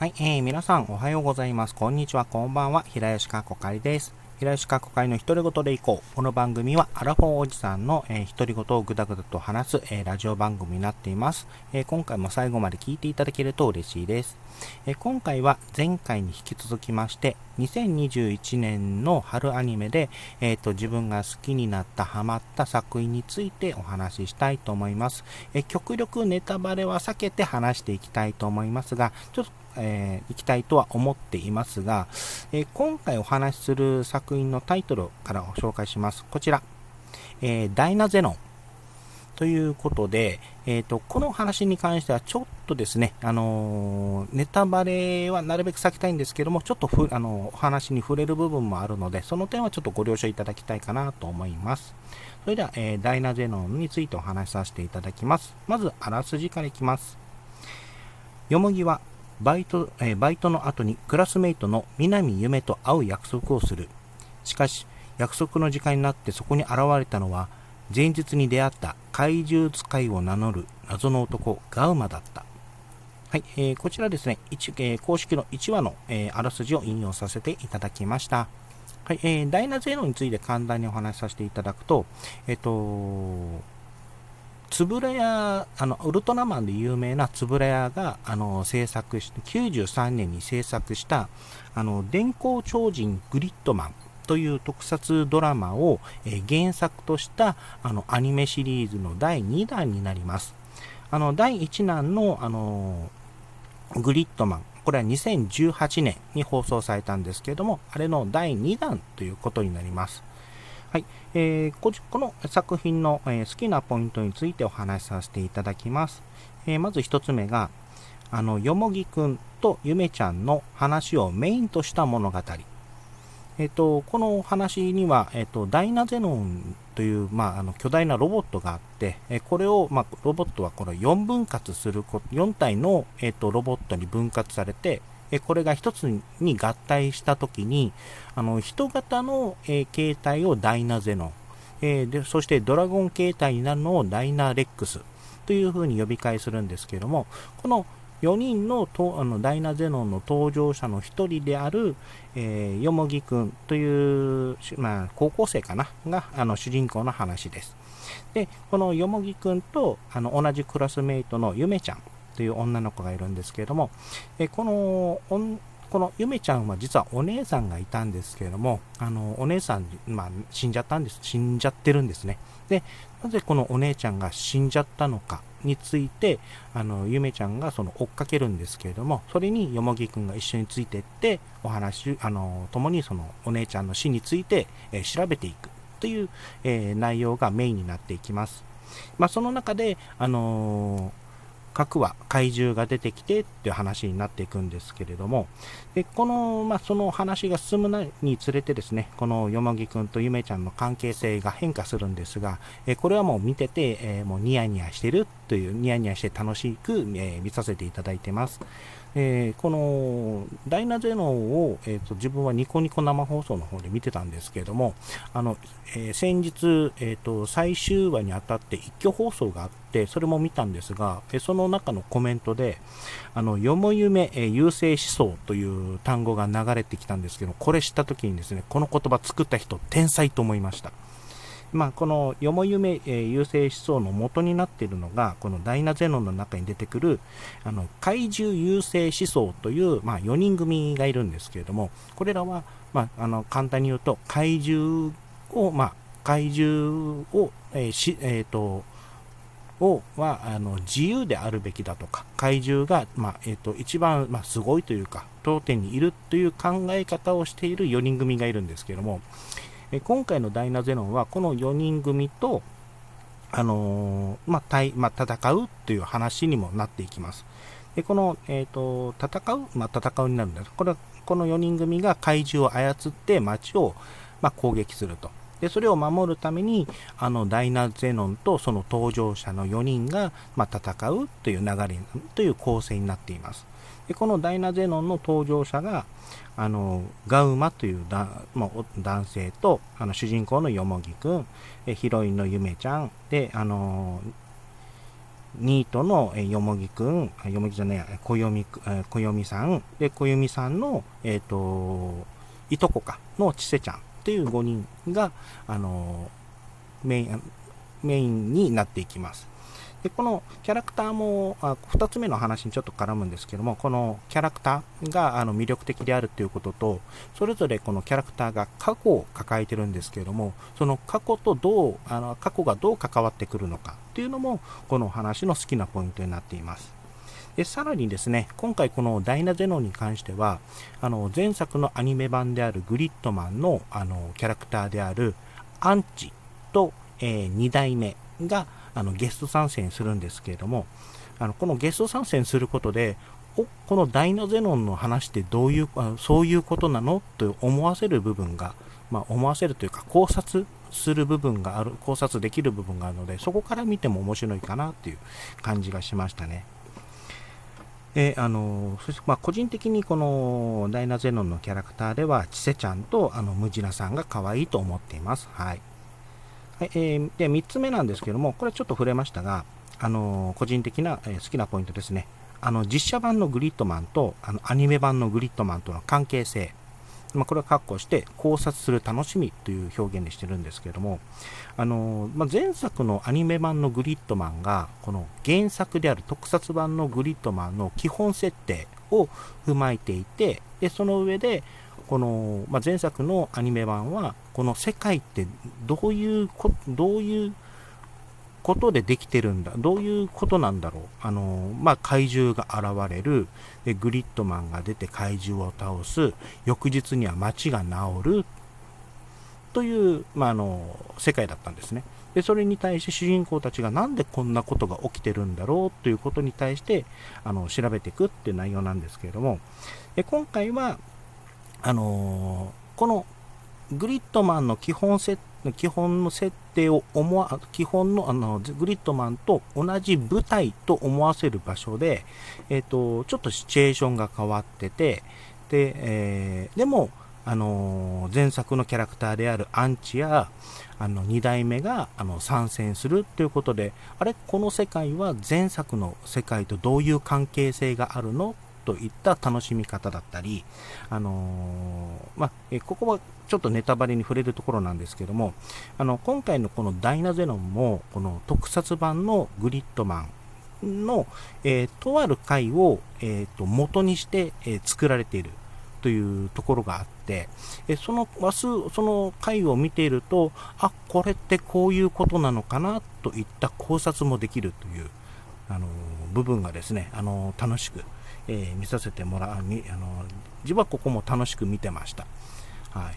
はい、皆さんおはようございます。こんにちは、こんばんは。平吉かこかりです。平吉かこかりの独り言でいこう。この番組はアラフォーおじさんの、独り言をぐだぐだと話す、ラジオ番組になっています。今回も最後まで聞いていただけると嬉しいです。今回は前回に引き続きまして、2021年の春アニメで、自分が好きになったハマった作品についてお話ししたいと思います。極力ネタバレは避けて話していきたいと思いますが、ちょっといきたいとは思っていますが、今回お話しする作品のタイトルからご紹介します。こちら、ダイナゼノンということで、この話に関してはちょっとですね、ネタバレはなるべく避けたいんですけども、ちょっとお話に触れる部分もあるので、その点はちょっとご了承いただきたいかなと思います。それでは、ダイナゼノンについてお話しさせていただきます。まず、あらすじからいきます。よもぎはバイトの後にクラスメイトの南夢と会う約束をする。しかし、約束の時間になってそこに現れたのは、前日に出会った怪獣使いを名乗る謎の男、ガウマだった。はい、こちらですね、公式の1話の、あらすじを引用させていただきました。はい、ダイナゼノについて簡単にお話しさせていただくと、つぶらや、ウルトラマンで有名なつぶらやが、制作して、93年に制作した、電光超人グリッドマンという特撮ドラマを、原作とした、アニメシリーズの第2弾になります。第1弾の、グリッドマン、これは2018年に放送されたんですけれども、あれの第2弾ということになります。はい、この作品の、好きなポイントについてお話しさせていただきます。まず一つ目が、よもぎくんとゆめちゃんの話をメインとした物語。この話には、ダイナゼノンという、巨大なロボットがあって、これを、ロボットはこれ4分割する4体の、ロボットに分割されて、これが一つに合体したときに、人型の、形態をダイナゼノン、で、そしてドラゴン形態になるのをダイナレックスというふうに呼び替えするんですけれども、この4人のダイナゼノンの登場者の一人である、よもぎくんという、高校生かなが主人公の話です。で、このよもぎくんと同じクラスメイトのゆめちゃんという女の子がいるんですけれども、このゆめちゃんは実はお姉さんがいたんですけれども、お姉さん、死んじゃってるんですね。で、なぜこのお姉ちゃんが死んじゃったのかについて、ゆめちゃんが追っかけるんですけれども、それによもぎくんが一緒についていって、共にそのお姉ちゃんの死について、調べていくという、内容がメインになっていきます。その中で、各話怪獣が出てきてっていう話になっていくんですけれども、でその話が進むにつれてですね、このよもぎくんとゆめちゃんの関係性が変化するんですが、これはもう見てて、もうニヤニヤしてるという、ニヤニヤして楽しく、見させていただいてます。このダイナゼノンを、自分はニコニコ生放送の方で見てたんですけれども、先日、最終話にあたって一挙放送があって、それも見たんですが、その中のコメントで、よもゆめ、優勢思想という単語が流れてきたんですけど、これ知った時にですね、この言葉作った人、天才と思いました。このよもゆめ、優勢思想の元になっているのが、このダイナゼノンの中に出てくる、怪獣優勢思想という、4人組がいるんですけれども、これらは、簡単に言うと、怪獣を、自由であるべきだとか、怪獣が、一番、すごいというか、頂点にいるという考え方をしている4人組がいるんですけれども、今回のダイナゼノンはこの4人組と、戦うという話にもなっていきます。でこの、戦うになるんだ。この4人組が怪獣を操って街を、攻撃すると。でそれを守るためにダイナゼノンとその登場者の4人が、戦うという流れという構成になっています。でこのダイナゼノンの登場者がガウマという男性と主人公のよもぎくん、ヒロインのゆめちゃんでニートのよもぎくん、よもぎじゃねえ、こよみさん、で、こよみさんの、いとこかのちせちゃんっていう5人が、メインになっていきます。で、このキャラクターも2つ目の話にちょっと絡むんですけども、このキャラクターが魅力的であるということと、それぞれこのキャラクターが過去を抱えてるんですけれども、その過去と過去がどう関わってくるのかっていうのも、この話の好きなポイントになっています。で、さらにですね、今回このダイナゼノンに関しては、前作のアニメ版であるグリッドマンのキャラクターであるアンチと、2代目がゲスト参戦するんですけれども、このゲスト参戦することで、このダイナゼノンの話ってそういうことなのと思わせる部分が、思わせるというか考察できる部分があるので、そこから見ても面白いかなっていう感じがしましたね。そして個人的にこのダイナゼノンのキャラクターではチセちゃんとムジナさんが可愛いと思っています。はい。で、3つ目なんですけども、これはちょっと触れましたが、個人的な、好きなポイントですね。実写版のグリッドマンとアニメ版のグリッドマンとの関係性、これを括弧して考察する楽しみという表現にしてるんですけれども、前作のアニメ版のグリッドマンがこの原作である特撮版のグリッドマンの基本設定を踏まえていて、でその上でこの、前作のアニメ版はこの世界ってどういうことでできてるんだ、どういうことなんだろう、怪獣が現れる、でグリッドマンが出て怪獣を倒す、翌日には街が治るという、世界だったんですね。でそれに対して主人公たちがなんでこんなことが起きてるんだろうということに対して調べていくっていう内容なんですけれども、で今回はこのグリッドマンの基本の設定を基本のグリッドマンと同じ舞台と思わせる場所で、ちょっとシチュエーションが変わってて、でも前作のキャラクターであるアンチや2代目が参戦するということで、この世界は前作の世界とどういう関係性があるのといった楽しみ方だったり、ここはちょっとネタバレに触れるところなんですけども、今回のこのダイナゼノンもこの特撮版のグリッドマンの、とある回を、元にして、作られているというところがあって、その回を見ていると、これってこういうことなのかなといった考察もできるという部分がですね、楽しく見させてもらう、自分はここも楽しく見てました。はい。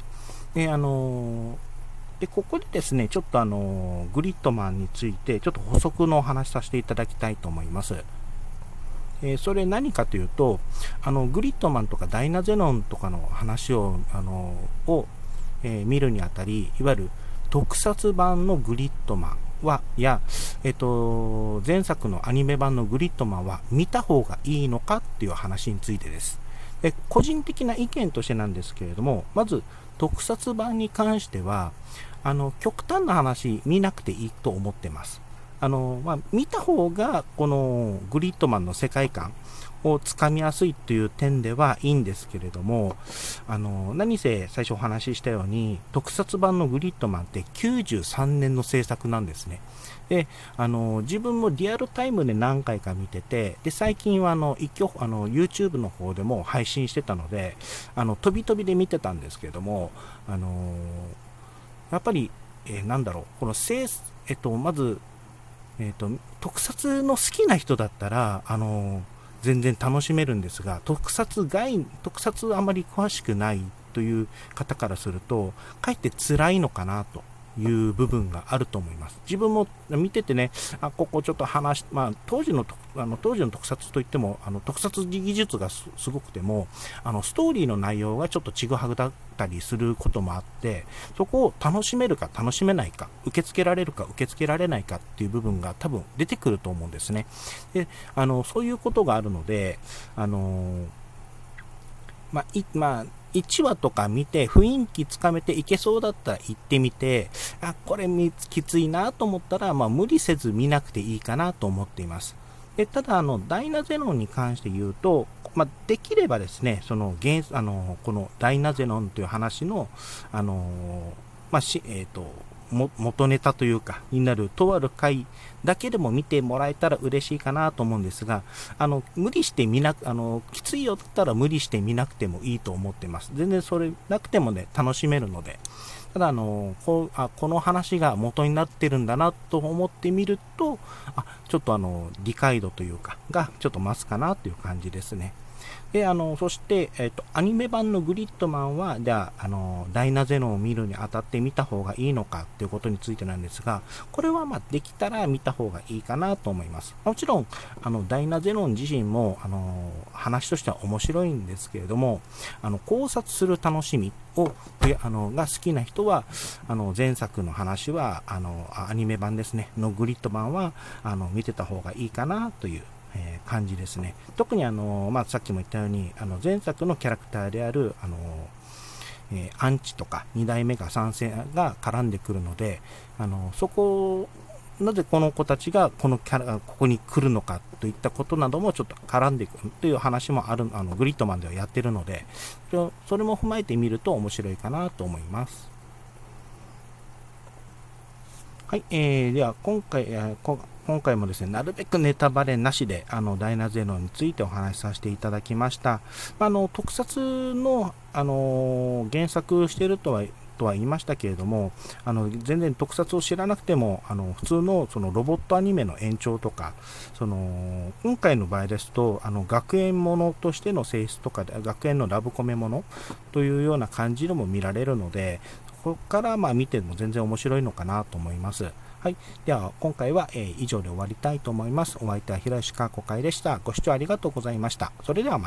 でここでですね、ちょっとグリッドマンについてちょっと補足のお話しさせていただきたいと思います。それ何かというと、グリッドマンとかダイナゼノンとかの話を見るにあたり、いわゆる特撮版のグリッドマンや、前作のアニメ版のグリッドマンは見た方がいいのかっていう話についてです。個人的な意見としてなんですけれども、まず特撮版に関しては極端な話見なくていいと思ってます。見た方がこのグリッドマンの世界観をつかみやすいという点ではいいんですけれども、何せ最初お話ししたように特撮版のグリッドマンって93年の制作なんですね。で自分もリアルタイムで何回か見てて、で最近はYouTube の方でも配信してたので飛び飛びで見てたんですけれども、やっぱり、このまず特撮の好きな人だったら全然楽しめるんですが、特撮あまり詳しくないという方からするとかえって辛いのかなという部分があると思います。自分も見ててね、ここちょっと当時の特撮といっても特撮技術がすごくてもストーリーの内容がちょっとちぐはぐだったりすることもあって、そこを楽しめるか楽しめないか、受け付けられるか受け付けられないかっていう部分が多分出てくると思うんですね。でそういうことがあるので 1話とか見て雰囲気つかめていけそうだったら行ってみて、これきついなと思ったら、無理せず見なくていいかなと思っています。でただダイナゼノンに関して言うと、できればですね、このダイナゼノンという話の、元ネタというかになるとある回だけでも見てもらえたら嬉しいかなと思うんですが、無理してきついよだったら無理して見なくてもいいと思ってます。全然それなくてもね、楽しめるので。ただこの話が元になってるんだなと思ってみると、ちょっと理解度というかがちょっと増すかなという感じですね。でそして、アニメ版のグリッドマンは、じゃあ、ダイナゼノンを見るにあたって見た方がいいのかということについてなんですが、これはできたら見た方がいいかなと思います。もちろん、ダイナゼノン自身も、話としては面白いんですけれども、考察する楽しみが好きな人は、前作の話は、アニメ版ですね、のグリッドマンは、見てた方がいいかなという感じですね。特にさっきも言ったように前作のキャラクターであるアンチとか2代目が参戦が絡んでくるので、そこなぜこの子たちがここに来るのかといったことなどもちょっと絡んでいくという話もあるグリッドマンではやってるので、それも踏まえてみると面白いかなと思います。はい、では今回もですね、なるべくネタバレなしでダイナゼノンについてお話しさせていただきました。特撮の、原作しているとは言いましたけれども、全然特撮を知らなくても普通のそのロボットアニメの延長とか、今回の場合ですと学園ものとしての性質とかで学園のラブコメものというような感じでも見られるので、ここから見ても全然面白いのかなと思います。はい。では、今回は、以上で終わりたいと思います。お相手は平石川子会でした。ご視聴ありがとうございました。それではまた。